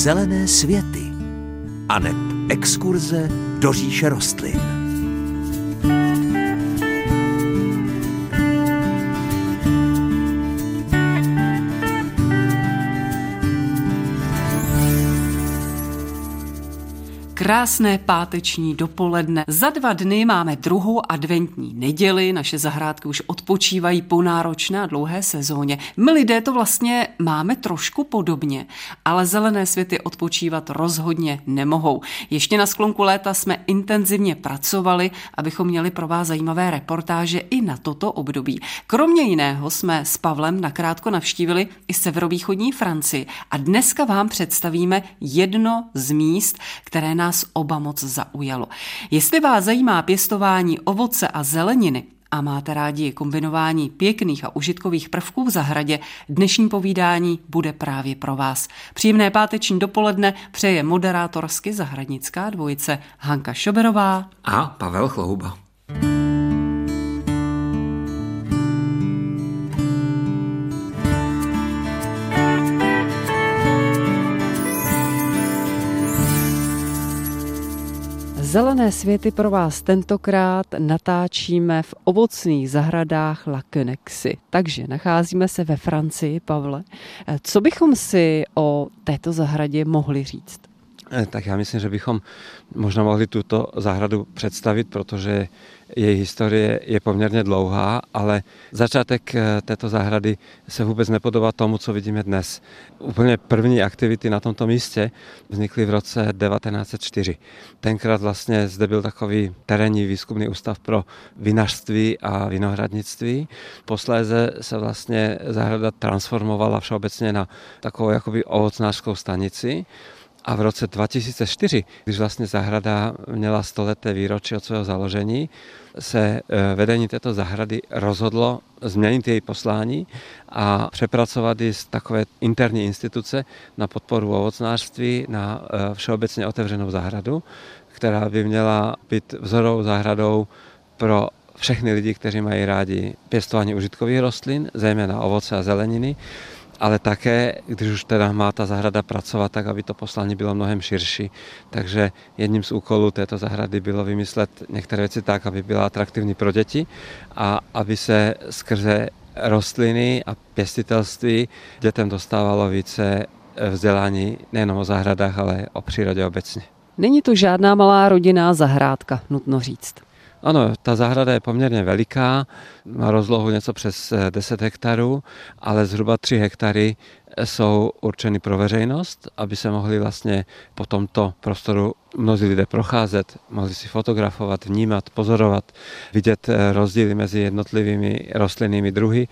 Zelené světy aneb exkurze do říše rostlin. Krásné páteční dopoledne. Za 2 dny máme druhou adventní neděli, naše zahrádky už odpočívají po náročné a dlouhé sezóně. My lidé to vlastně máme trošku podobně, ale zelené světy odpočívat rozhodně nemohou. Ještě na sklonku léta jsme intenzivně pracovali, abychom měli pro vás zajímavé reportáže i na toto období. Kromě jiného jsme s Pavlem nakrátko navštívili i severovýchodní Francii a dneska vám představíme jedno z míst, které nás oba moc zaujalo. Jestli vás zajímá pěstování ovoce a zeleniny a máte rádi kombinování pěkných a užitkových prvků v zahradě, dnešní povídání bude právě pro vás. Příjemné páteční dopoledne přeje moderátorsky zahradnická dvojice Hanka Šoberová a Pavel Chlouba. Zelené světy pro vás tentokrát natáčíme v ovocných zahradách La Quenexy. Takže nacházíme se ve Francii, Pavle. Co bychom si o této zahradě mohli říct? Tak já myslím, že bychom možná mohli tuto zahradu představit, protože její historie je poměrně dlouhá, ale začátek této zahrady se vůbec nepodobá tomu, co vidíme dnes. Úplně první aktivity na tomto místě vznikly v roce 1904. Tenkrát vlastně zde byl takový terénní výzkumný ústav pro vinařství a vinohradnictví. Posléze se vlastně zahrada transformovala všeobecně na takovou jakoby ovocnářskou stanici. A v roce 2004, když vlastně zahrada měla 100leté výročí od svého založení, se vedení této zahrady rozhodlo změnit její poslání a přepracovat ji z takové interní instituce na podporu ovocnářství na všeobecně otevřenou zahradu, která by měla být vzorovou zahradou pro všechny lidi, kteří mají rádi pěstování užitkových rostlin, zejména ovoce a zeleniny, ale také, když už teda má ta zahrada pracovat, tak aby to poslání bylo mnohem širší. Takže jedním z úkolů této zahrady bylo vymyslet některé věci tak, aby byla atraktivní pro děti a aby se skrze rostliny a pěstitelství dětem dostávalo více vzdělání nejenom o zahradách, ale o přírodě obecně. Není to žádná malá rodinná zahrádka, nutno říct. Ano, ta zahrada je poměrně veliká, má rozlohu něco přes 10 hektarů, ale zhruba 3 hektary jsou určeny pro veřejnost, aby se mohli vlastně po tomto prostoru mnozí lidé procházet, mohli si fotografovat, vnímat, pozorovat, vidět rozdíly mezi jednotlivými rostlinnými druhy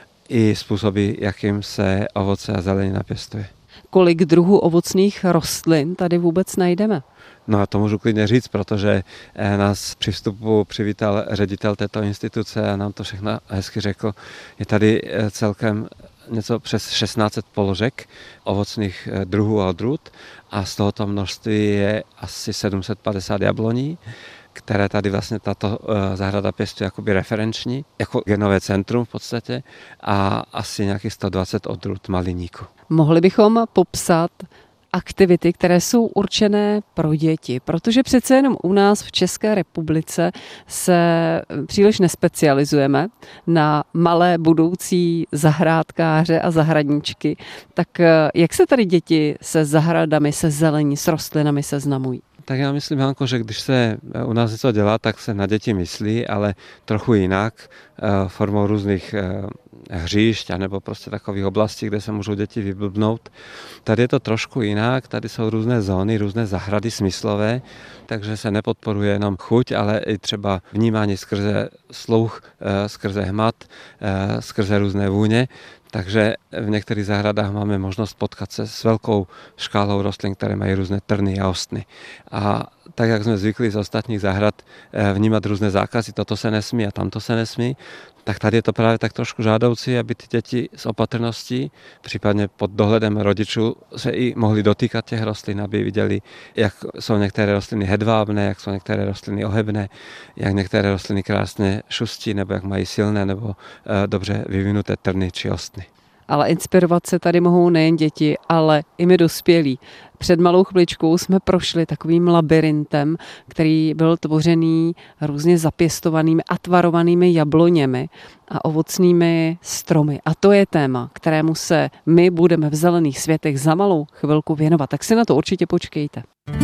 i způsoby, jakým se ovoce a zelenina pěstuje. Kolik druhů ovocných rostlin tady vůbec najdeme? No a to můžu klidně říct, protože nás při vstupu přivítal ředitel této instituce a nám to všechno hezky řekl. Je tady celkem něco přes 1600 položek ovocných druhů a odrůd a z tohoto množství je asi 750 jabloní, které tady vlastně tato zahrada pěstuje jakoby referenční, jako genové centrum v podstatě a asi nějakých 120 odrůd maliníku. Mohli bychom popsat aktivity, které jsou určené pro děti, protože přece jenom u nás v České republice se příliš nespecializujeme na malé budoucí zahrádkáře a zahradničky. Tak jak se tady děti se zahradami, se zelení, s rostlinami seznamují? Tak já myslím, Hanko, že když se u nás něco dělá, tak se na děti myslí, ale trochu jinak, formou různých hřišť nebo prostě takových oblastí, kde se můžou děti vyblbnout. Tady je to trošku jinak, tady jsou různé zóny, různé zahrady smyslové, takže se nepodporuje jenom chuť, ale i třeba vnímání skrze sluch, skrze hmat, skrze různé vůně. Takže v některých zahradách máme možnost potkat se s velkou škálou rostlin, které mají různé trny a ostny. A tak, jak jsme zvykli z ostatních zahrad vnímat různé zákazy, toto se nesmí a tamto se nesmí, tak tady je to právě tak trošku žádoucí, aby ty děti s opatrností, případně pod dohledem rodičů, se i mohli dotýkat těch rostlin, aby viděli, jak jsou některé rostliny hedvábné, jak jsou některé rostliny ohebné, jak některé rostliny krásně šustí, nebo jak mají silné nebo dobře vyvinuté trny či ostny. Ale inspirovat se tady mohou nejen děti, ale i my dospělí. Před malou chviličkou jsme prošli takovým labirintem, který byl tvořený různě zapěstovanými a tvarovanými jabloněmi a ovocnými stromy. A to je téma, kterému se my budeme v Zelených světech za malou chvilku věnovat. Tak si na to určitě počkejte.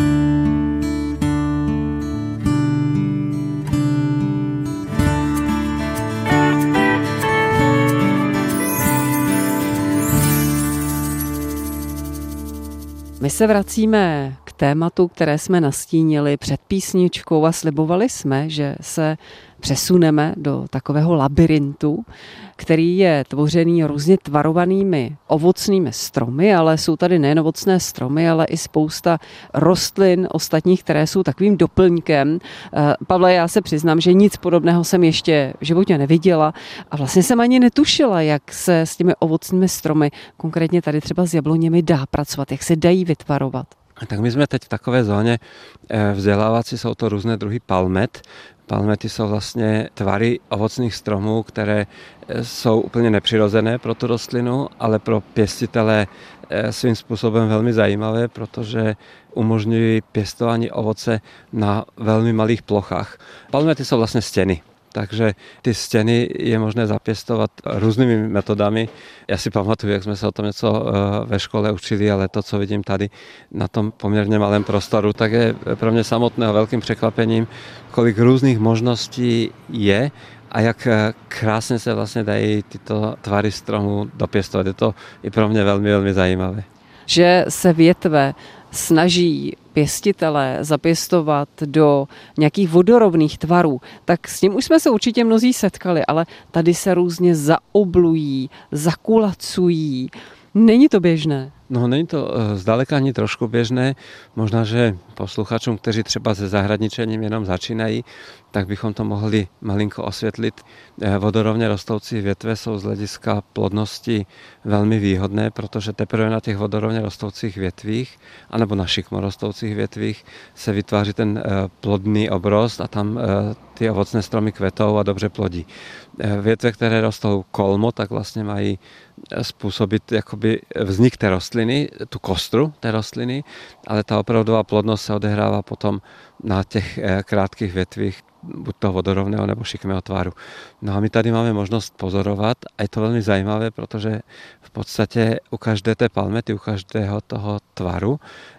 My se vracíme k tématu, které jsme nastínili před písničkou a slibovali jsme, že se přesuneme do takového labirintu, který je tvořený různě tvarovanými ovocnými stromy, ale jsou tady nejen ovocné stromy, ale i spousta rostlin ostatních, které jsou takovým doplňkem. Pavle, já se přiznám, že nic podobného jsem ještě v životě neviděla a vlastně jsem ani netušila, jak se s těmi ovocnými stromy, konkrétně tady třeba s jabloněmi, dá pracovat, jak se dají vytvarovat. Tak my jsme teď v takové zóně vzdělávací, jsou to různé druhy palmet. Palmety jsou vlastně tvary ovocných stromů, které jsou úplně nepřirozené pro tu rostlinu, ale pro pěstitele svým způsobem velmi zajímavé, protože umožňují pěstování ovoce na velmi malých plochách. Palmety jsou vlastně stěny. Takže ty stěny je možné zapěstovat různými metodami. Já si pamatuju, jak jsme se o tom něco ve škole učili, ale to, co vidím tady na tom poměrně malém prostoru, tak je pro mě samotného velkým překvapením, kolik různých možností je a jak krásně se vlastně dají tyto tvary stromů dopěstovat. Je to i pro mě velmi, velmi zajímavé. Že se větve snaží pěstitelé zapěstovat do nějakých vodorovných tvarů, tak s tím už jsme se určitě mnozí setkali, ale tady se různě zaoblují, zakulacují. Není to běžné? No, není to zdaleka ani trošku běžné. Možná, že posluchačům, kteří třeba se zahradničením jenom začínají, tak bychom to mohli malinko osvětlit. Vodorovně rostoucí větve jsou z hlediska plodnosti velmi výhodné, protože teprve na těch vodorovně rostoucích větvích, anebo na šikmo rostoucích větvích se vytváří ten plodný obrost a tam ty ovocné stromy kvetou a dobře plodí. Větve, které rostou kolmo, tak vlastně mají způsobit jakoby vznik té rostliny, tu kostru té rostliny, ale ta opravdová plodnost se odehrává potom na těch krátkých větvích, buď toho vodorovného nebo šikmého tvaru. No a my tady máme možnost pozorovat a je to velmi zajímavé, protože v podstatě u každé té palmety, u každého toho tvaru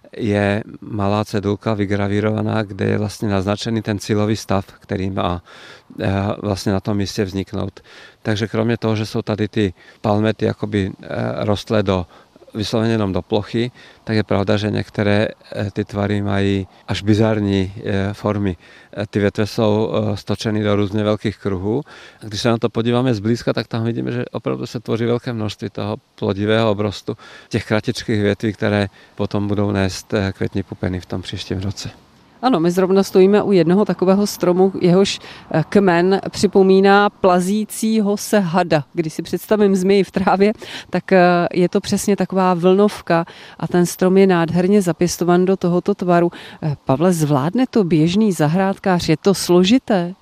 je malá cedulka vygravírovaná, kde je vlastně naznačený ten cílový stav, který má vlastně na tom místě vzniknout. Takže kromě toho, že jsou tady ty palmety jakoby rostlé vysloveně jenom do plochy, tak je pravda, že některé ty tvary mají až bizarní formy. Ty větve jsou stočeny do různě velkých kruhů. Když se na to podíváme zblízka, tak tam vidíme, že opravdu se tvoří velké množství toho plodivého obrostu, těch kratičkých větví, které potom budou nést květní pupeny v tom příštím roce. Ano, my zrovna stojíme u jednoho takového stromu, jehož kmen připomíná plazícího se hada. Když si představím zmiji v trávě, tak je to přesně taková vlnovka a ten strom je nádherně zapěstovan do tohoto tvaru. Pavle, zvládne to běžný zahrádkář? Je to složité?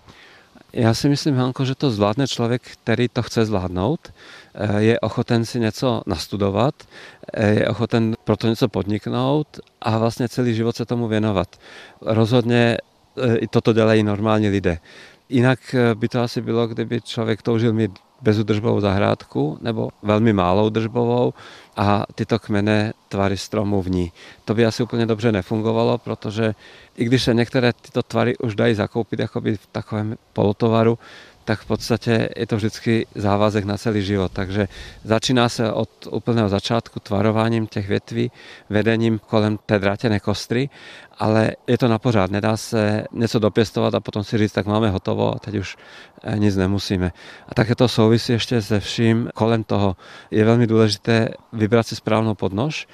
Já si myslím, Hanko, že to zvládne člověk, který to chce zvládnout, je ochoten si něco nastudovat, je ochoten pro to něco podniknout a vlastně celý život se tomu věnovat. Rozhodně i toto dělají normální lidé. Jinak by to asi bylo, kdyby člověk toužil mít bezúdržbovou zahrádku nebo velmi málou držbovou a tyto kmenné tvary stromů v ní. To by asi úplně dobře nefungovalo, protože i když se některé tyto tvary už dají zakoupit jakoby v takovém polotovaru, tak v podstatě je to vždycky závazek na celý život. Takže začíná se od úplného začátku tvarováním těch větví, vedením kolem té drátěné kostry, ale je to na pořád. Nedá se něco dopěstovat a potom si říct, tak máme hotovo a teď už nic nemusíme. A také to souvisí ještě se vším kolem toho. Je velmi důležité vybrat si správnou podnož,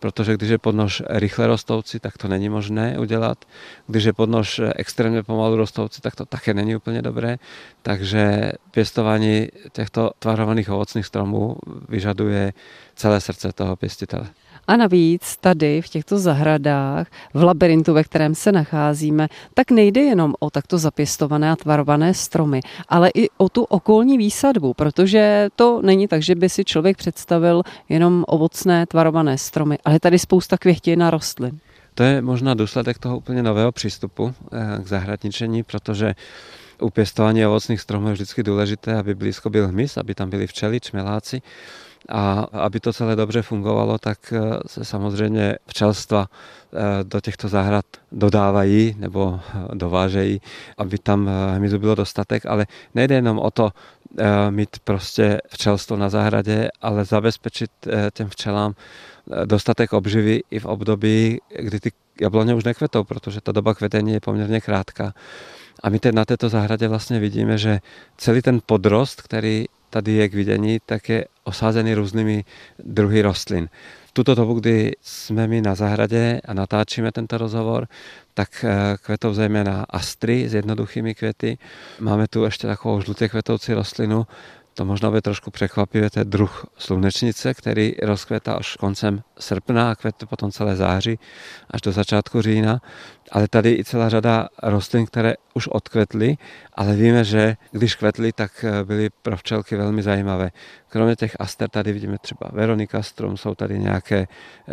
protože když je podnož rychle rostoucí, tak to není možné udělat. Když je podnož extrémně pomalu rostoucí, tak to také není úplně dobré. Takže pěstování těchto tvarovaných ovocných stromů vyžaduje celé srdce toho pěstitele. A navíc tady v těchto zahradách, v labirintu, ve kterém se nacházíme, tak nejde jenom o takto zapěstované a tvarované stromy, ale i o tu okolní výsadbu, protože to není tak, že by si člověk představil jenom ovocné tvarované stromy, ale tady spousta květin a rostlin. To je možná důsledek toho úplně nového přístupu k zahradničení, protože u pěstování ovocných stromů je vždycky důležité, aby blízko byl hmyz, aby tam byli včely, čmeláci. A aby to celé dobře fungovalo, tak se samozřejmě včelstva do těchto zahrad dodávají nebo dovážejí, aby tam hmyzu bylo dostatek, ale nejde jenom o to mít prostě včelstvo na zahradě, ale zabezpečit těm včelám dostatek obživy i v období, kdy ty jabloně už nekvetou, protože ta doba kvetení je poměrně krátká. A my teď na této zahradě vlastně vidíme, že celý ten podrost, který tady je k vidění, tak je osázený různými druhy rostlin. V tuto dobu, kdy jsme my na zahradě a natáčíme tento rozhovor, tak kvetou zejména astry s jednoduchými květy. Máme tu ještě takovou žlutě kvetoucí rostlinu. To možná bude trošku překvapivé, to je druh slunečnice, který rozkvětá až koncem srpna a kvete potom celé září až do začátku října. Ale tady i celá řada rostlin, které už odkvetly, ale víme, že když kvetly, tak byly pro včelky velmi zajímavé. Kromě těch aster tady vidíme třeba Veronika strom, jsou tady nějaké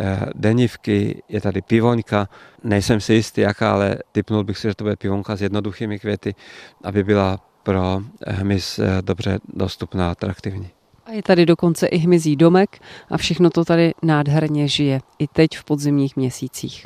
denivky, je tady pivoňka. Nejsem si jistý jaká, ale tipnul bych si, že to bude pivonka s jednoduchými květy, aby byla pro hmyz dobře dostupná a atraktivní. A je tady dokonce i hmyzí domek a všechno to tady nádherně žije, i teď v podzimních měsících.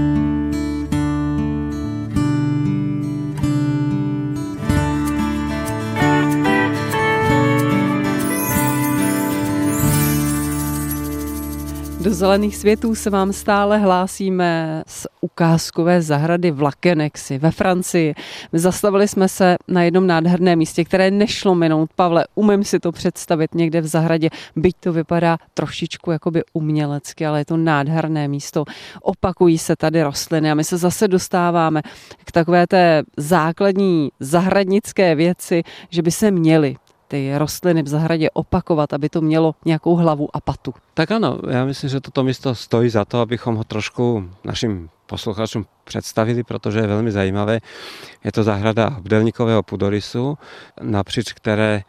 Do zelených světů se vám stále hlásíme z ukázkové zahrady v Lakenexi ve Francii. Zastavili jsme se na jednom nádherném místě, které nešlo minout. Pavle, umím si to představit někde v zahradě, byť to vypadá trošičku jakoby umělecky, ale je to nádherné místo. Opakují se tady rostliny a my se zase dostáváme k takové té základní zahradnické věci, že by se měly ty rostliny v zahradě opakovat, aby to mělo nějakou hlavu a patu. Tak ano, já myslím, že toto místo stojí za to, abychom ho trošku našim posluchačům představili, protože je velmi zajímavé. Je to zahrada obdélníkového půdorysu, napříč které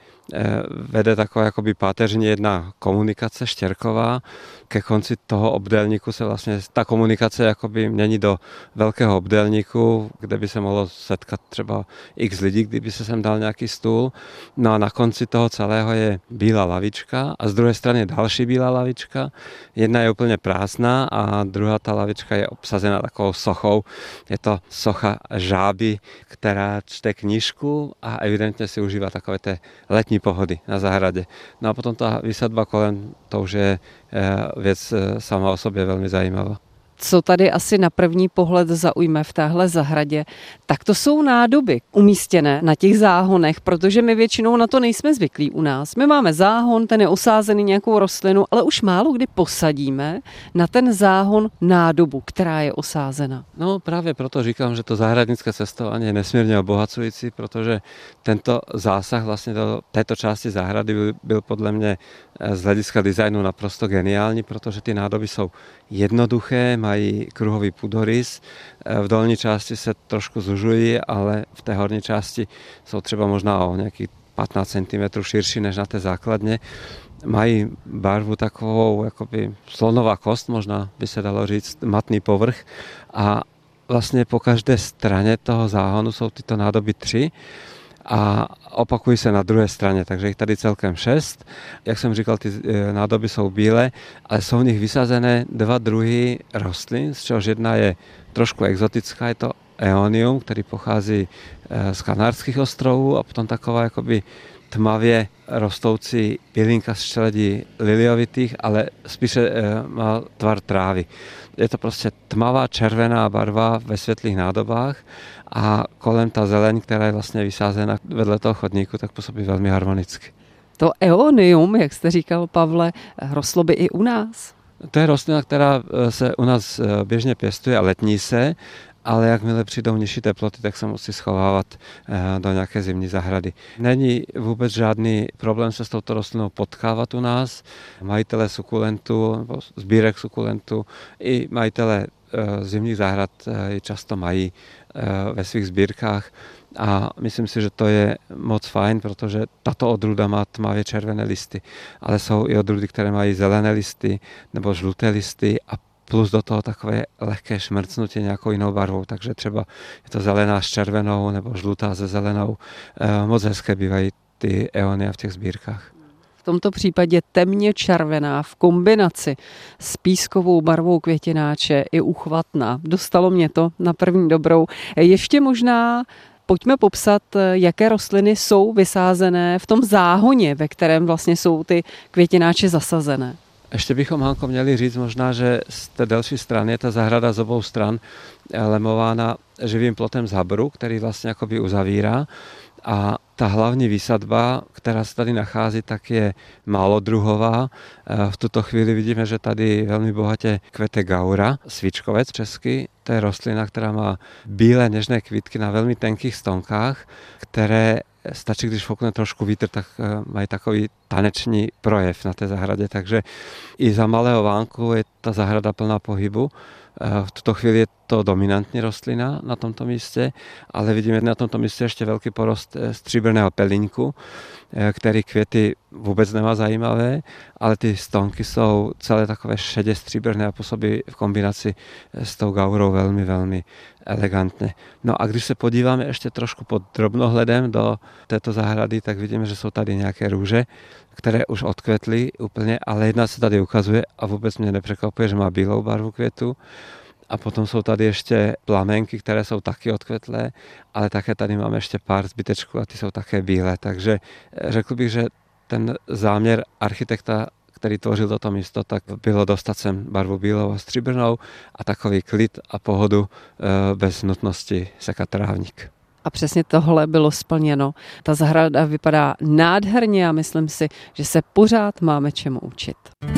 vede taková jakoby páteřní jedna komunikace štěrková. Ke konci toho obdélníku se vlastně ta komunikace jakoby mění do velkého obdélníku, kde by se mohlo setkat třeba x lidí, kdyby se sem dal nějaký stůl. No a na konci toho celého je bílá lavička a z druhé strany další bílá lavička. Jedna je úplně prázdná a druhá ta lavička je obsazena takovou sochou. Je to socha žáby, která čte knížku a evidentně si užívá takové té letní pohody na zahradě. No a potom ta vysadba kolem, to už je věc sama o sobě velmi zajímavá. Co tady asi na první pohled zaujme v téhle zahradě, tak to jsou nádoby umístěné na těch záhonech, protože my většinou na to nejsme zvyklí u nás. My máme záhon, ten je osázený nějakou rostlinu, ale už málo kdy posadíme na ten záhon nádobu, která je osázena. No právě proto říkám, že to zahradnické cestování je nesmírně obohacující, protože tento zásah vlastně do této části zahrady byl podle mě z hlediska designu naprosto geniální, protože ty nádoby jsou jednoduché, mají kruhový půdorys, v dolní části se trošku zužují, ale v té horní části jsou třeba možná o nějakých 15 cm širší než na té základně. Mají barvu takovou, jakoby slonová kost, možná by se dalo říct, matný povrch a vlastně po každé straně toho záhonu jsou tyto nádoby 3 a opakují se na druhé straně, takže jich tady celkem 6. Jak jsem říkal, ty nádoby jsou bílé, ale jsou v nich vysazené 2 druhy rostlin, z čehož jedna je trošku exotická, je to eonium, který pochází z Kanárských ostrovů a potom taková jakoby tmavě rostoucí bylinka z čeledí liliovitých, ale spíše má tvar trávy. Je to prostě tmavá červená barva ve světlých nádobách a kolem ta zeleň, která je vlastně vysázena vedle toho chodníku, tak působí velmi harmonicky. To eonium, jak jste říkal, Pavle, rostlo by i u nás? To je rostlina, která se u nás běžně pěstuje a letní se, ale jakmile přijdou nižší teploty, tak se musí schovávat do nějaké zimní zahrady. Není vůbec žádný problém se s touto rostlinou potkávat u nás. Majitelé sukulentů, nebo sbírek sukulentů i majitelé zimních zahrad ji často mají ve svých sbírkách a myslím si, že to je moc fajn, protože tato odrůda má tmavě červené listy, ale jsou i odrůdy, které mají zelené listy nebo žluté listy a plus do toho takové lehké šmrcnutí nějakou jinou barvou, takže třeba je to zelená s červenou nebo žlutá se zelenou. Moc hezké bývají ty eonia v těch sbírkách. V tomto případě temně červená v kombinaci s pískovou barvou květináče je uchvatná. Dostalo mě to na první dobrou. Ještě možná pojďme popsat, jaké rostliny jsou vysázené v tom záhoně, ve kterém vlastně jsou ty květináče zasazené. Ještě bychom, Hanko, měli říct možná, že z té delší strany je ta zahrada z obou stran lemována živým plotem z habru, který vlastně jakoby uzavírá. A ta hlavní výsadba, která se tady nachází, tak je málodruhová. V tuto chvíli vidíme, že tady velmi bohatě kvete gaura, svíčkovec český. To je rostlina, která má bílé nežné kvítky na velmi tenkých stonkách, které stačí, když foukne trošku vítr, tak mají takový taneční projev na té zahradě. Takže i za malého vánku je ta zahrada plná pohybu. V tuto chvíli je to dominantní rostlina na tomto místě, ale vidíme na tomto místě ještě velký porost stříbrného pelíňku, který květy vůbec nemá zajímavé, ale ty stonky jsou celé takové šedě stříbrné a působí v kombinaci s tou gaurou velmi, velmi elegantně. No a když se podíváme ještě trošku pod drobnohledem do této zahrady, tak vidíme, že jsou tady nějaké růže, které už odkvetly úplně, ale jedna se tady ukazuje a vůbec mě nepřekvapuje, že má bílou barvu květu. A potom jsou tady ještě plamenky, které jsou taky odkvetlé, ale také tady máme ještě pár zbytečků a ty jsou také bílé. Takže řekl bych, že ten záměr architekta, který tvořil toto místo, tak bylo dostat sem barvu bílou a stříbrnou a takový klid a pohodu bez nutnosti sekat trávník. A přesně tohle bylo splněno. Ta zahrada vypadá nádherně a myslím si, že se pořád máme čemu učit.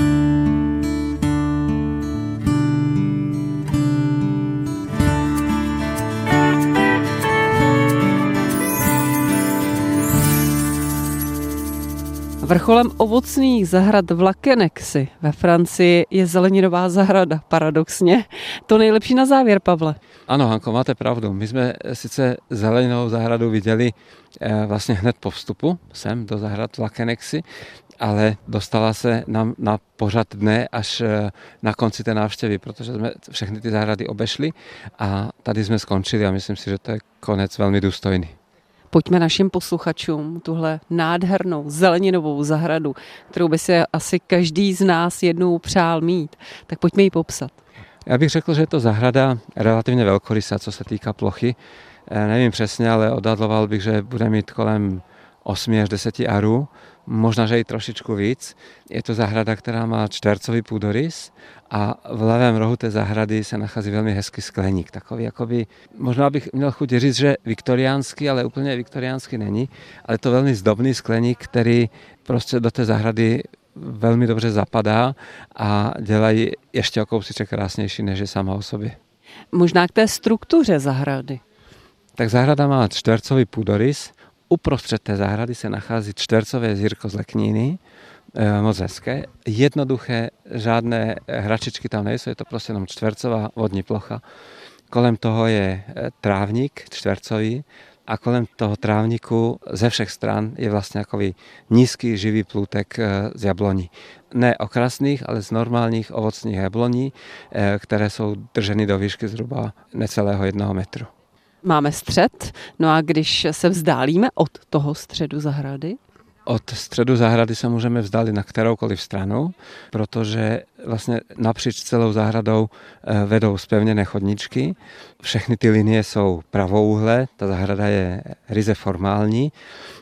Vrcholem ovocných zahrad v Lakenexi ve Francii je zeleninová zahrada, paradoxně. To nejlepší na závěr, Pavle. Ano, Hanko, máte pravdu. My jsme sice zeleninovou zahradu viděli vlastně hned po vstupu sem do zahrad v Lakenexi, ale dostala se nám na pořad dne až na konci té návštěvy, protože jsme všechny ty zahrady obešli a tady jsme skončili a myslím si, že to je konec velmi důstojný. Pojďme našim posluchačům tuhle nádhernou zeleninovou zahradu, kterou by si asi každý z nás jednou přál mít, tak pojďme ji popsat. Já bych řekl, že je to zahrada relativně velkorysá, co se týká plochy. Nevím přesně, ale odhadloval bych, že bude mít kolem 8 až 10 arů, možná, že i trošičku víc. Je to zahrada, která má čtvercový půdorys a v levém rohu té zahrady se nachází velmi hezký skleník. Takový, jakoby, možná bych měl chuť říct, že viktoriánský, ale úplně viktoriánský není, ale to velmi zdobný skleník, který prostě do té zahrady velmi dobře zapadá a dělají ještě o kousíček krásnější, než je sama o sobě. Možná k té struktuře zahrady. Tak zahrada má čtvercový půdorys. Uprostřed té zahrady se nachází čtvercové jezírko z lekníny, moc hezké. Jednoduché, žádné hračičky tam nejsou, je to prostě jenom čtvercová vodní plocha. Kolem toho je trávník čtvercový a kolem toho trávníku ze všech stran je vlastně takový nízký živý plůtek z jabloní. Ne okrasných, ale z normálních ovocných jabloní, které jsou drženy do výšky zhruba necelého 1 metru. Máme střed, no a když se vzdálíme od toho středu zahrady? Od středu zahrady se můžeme vzdálit na kteroukoliv stranu, protože vlastně napříč celou zahradou vedou zpevněné chodníčky. Všechny ty linie jsou pravouhlé, ta zahrada je ryze formální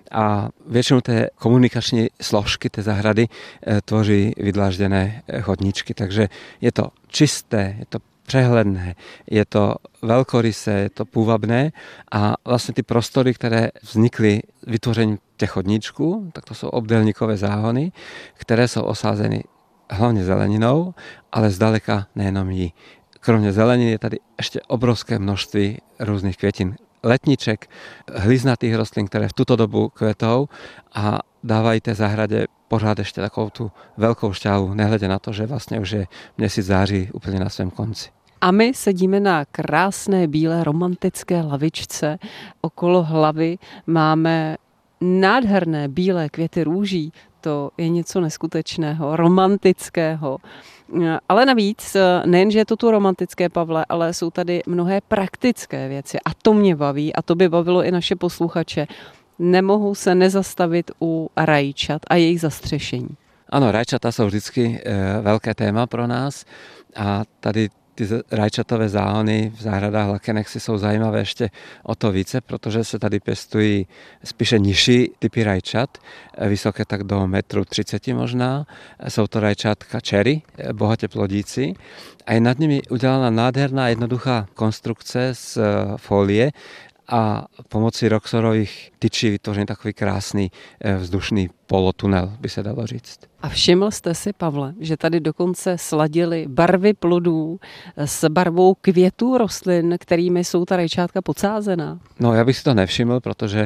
a většinu té komunikační složky té zahrady tvoří vydlážděné chodníčky, takže je to čisté, je to přehledné, je to velkorysé, je to půvabné a vlastně ty prostory, které vznikly vytvořením těch chodníčků, tak to jsou obdélníkové záhony, které jsou osázeny hlavne zeleninou, ale zdaleka nejenom jí. Kromě zeleniny je tady ešte obrovské množství různých květin. Letniček, hliznatých rostlín, které v tuto dobu kvetou a dávají té zahradě pořád ešte takovou tu veľkou šťavu, nehledě na to, že vlastně už je měsíc září úplně na svém konci. A my sedíme na krásné bílé romantické lavičce. Okolo hlavy máme nádherné bílé květy růží. To je něco neskutečného, romantického. Ale navíc, nejenže je to tu romantické, Pavle, ale jsou tady mnohé praktické věci. A to mě baví a to by bavilo i naše posluchače. Nemohu se nezastavit u rajčat a jejich zastřešení. Ano, rajčata jsou vždycky velké téma pro nás a tady ty rajčatové záhony v zahradách Lakenexy jsou zajímavé ještě o to více, protože se tady pěstují spíše nižší typy rajčat, vysoké tak do 1,30 m možná. Jsou to rajčátka cherry, bohatě plodící a je nad nimi udělána nádherná jednoduchá konstrukce z folie a pomocí roxorových tyčí vytvořený takový krásný vzdušný polotunel, by se dalo říct. A všiml jste si, Pavle, že tady dokonce sladili barvy plodů s barvou květů rostlin, kterými jsou ta rajčátka podsázená? No, já bych si to nevšiml, protože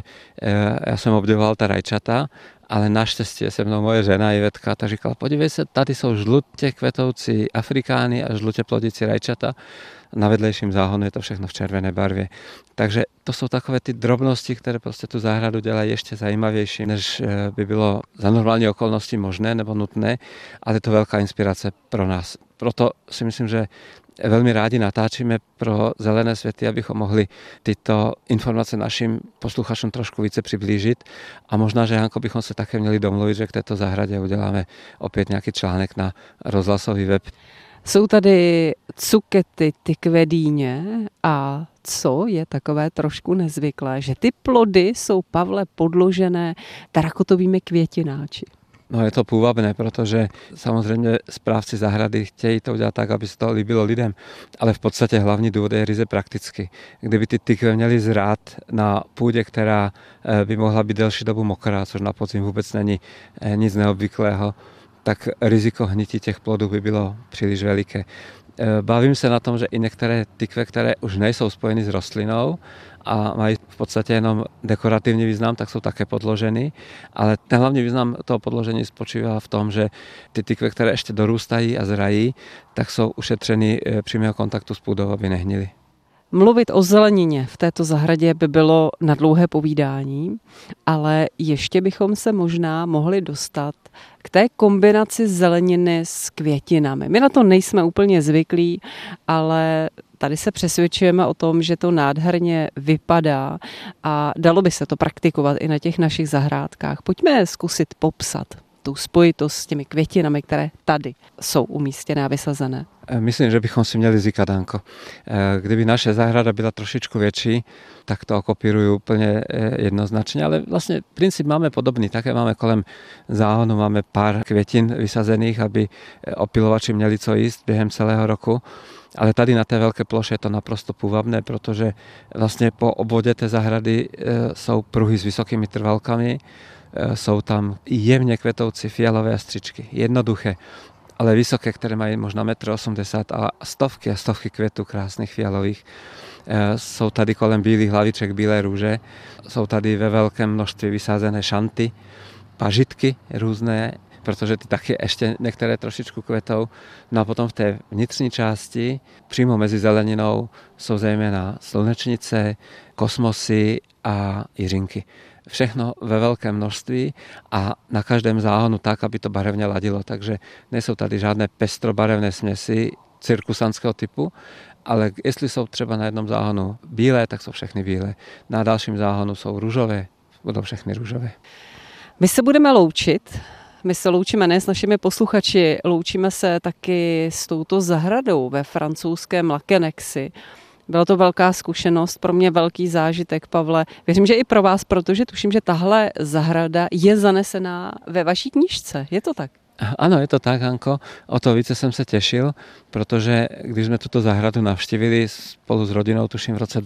já jsem obdivoval ta rajčata, ale naštěstí se mnou moje žena Ivetka, ta říkala, podívej se, tady jsou žlutě kvetoucí afrikány a žlutě plodící rajčata. Na vedlejším záhonu je to všechno v červené barvě. Takže to jsou takové ty drobnosti, které prostě tu zahradu dělají ještě zajímavější, než by bylo za normální okolnosti možné nebo nutné, ale je to velká inspirace pro nás. Proto si myslím, že velmi rádi natáčíme pro Zelené světy, abychom mohli tyto informace našim posluchačům trošku více přiblížit. A možná, že Hanko, bychom se také měli domluvit, že k této zahradě uděláme opět nějaký článek na rozhlasový web. Jsou tady cukety, tykvedýně a co je takové trošku nezvyklé, že ty plody jsou, Pavle, podložené terakotovými květináči. No je to půvabné, protože samozřejmě správci zahrady chtějí to udělat tak, aby se to líbilo lidem, ale v podstatě hlavní důvod je ryze prakticky. Kdyby ty tykve měly zrát na půdě, která by mohla být delší dobu mokrá, což na podzim vůbec není nic neobvyklého, tak riziko hnití těch plodů by bylo příliš veliké. Bavím se na tom, že i některé tykve, které už nejsou spojeny s rostlinou a mají v podstatě jenom dekorativní význam, tak jsou také podloženy, ale ten hlavní význam toho podložení spočívá v tom, že ty tykve, které ještě dorůstají a zrají, tak jsou ušetřeny přímého kontaktu s půdou, aby nehnily. Mluvit o zelenině v této zahradě by bylo na dlouhé povídání, ale ještě bychom se možná mohli dostat k té kombinaci zeleniny s květinami. My na to nejsme úplně zvyklí, ale tady se přesvědčujeme o tom, že to nádherně vypadá a dalo by se to praktikovat i na těch našich zahrádkách. Pojďme zkusit popsat tu spojitost s těmi květinami, které tady jsou umístěné a vysazené. Myslím, že bychom si měli zvykat, Danko. Kdyby naše zahrada byla trošičku větší, tak to okopírují úplně jednoznačně, ale vlastně princip máme podobný. Také máme kolem záhonu, máme pár květin vysazených, aby opilovači měli co jíst během celého roku. Ale tady na té velké ploše je to naprosto půvabné, protože vlastně po obvodě té zahrady jsou pruhy s vysokými trvalkami, jsou tam jemně kvetoucí fialové stříčky, jednoduché, ale vysoké, které mají možná 1,80 m a stovky květů krásných fialových. Jsou tady kolem bílých hlaviček bílé růže, jsou tady ve velkém množství vysázené šanty, pažitky různé, protože ty taky ještě některé trošičku kvetou. No a potom v té vnitřní části, přímo mezi zeleninou, jsou zejména slunečnice, kosmosy a jiřinky. Všechno ve velkém množství a na každém záhonu tak, aby to barevně ladilo. Takže nejsou tady žádné pestrobarevné směsi cirkusantského typu, ale jestli jsou třeba na jednom záhonu bílé, tak jsou všechny bílé. Na dalším záhonu jsou růžové, budou všechny růžové. My se budeme loučit. My se loučíme ne s našimi posluchači, loučíme se taky s touto zahradou ve francouzském Lakenexy. Byla to velká zkušenost, pro mě velký zážitek, Pavle. Věřím, že i pro vás, protože tuším, že tahle zahrada je zanesená ve vaší knížce. Je to tak? Ano, je to tak, Hanko. O to více jsem se těšil, protože když jsme tuto zahradu navštívili spolu s rodinou, tuším v roce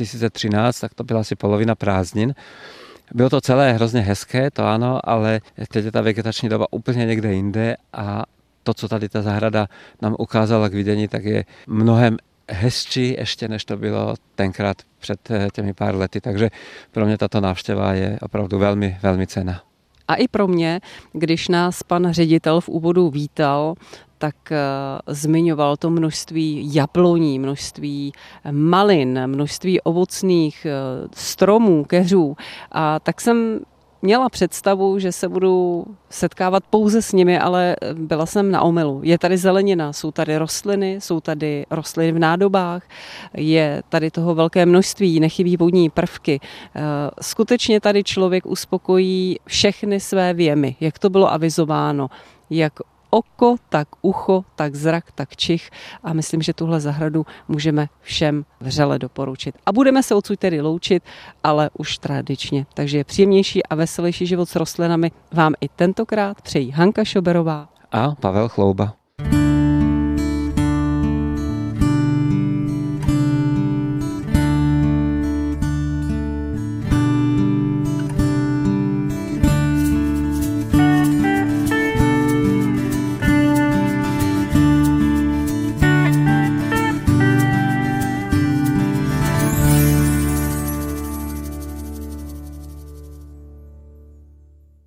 2013, tak to byla asi polovina prázdnin. Bylo to celé hrozně hezké, to ano, ale teď je ta vegetační doba úplně někde jinde a to, co tady ta zahrada nám ukázala k vidění, tak je mnohem hezčí ještě, než to bylo tenkrát před těmi pár lety. Takže pro mě tato návštěva je opravdu velmi, velmi cenná. A i pro mě, když nás pan ředitel v úvodu vítal, tak zmiňoval to množství jabloní, množství malin, množství ovocných stromů, keřů. A tak jsem měla představu, že se budu setkávat pouze s nimi, ale byla jsem na omylu. Je tady zelenina, jsou tady rostliny v nádobách, je tady toho velké množství, nechybí vodní prvky. Skutečně tady člověk uspokojí všechny své věmy, jak to bylo avizováno, jak oko, tak ucho, tak zrak, tak čich a myslím, že tuhle zahradu můžeme všem vřele doporučit. A budeme se odsud tedy loučit, ale už tradičně. Takže příjemnější a veselější život s rostlinami vám i tentokrát přejí Hanka Šoberová a Pavel Chlouba.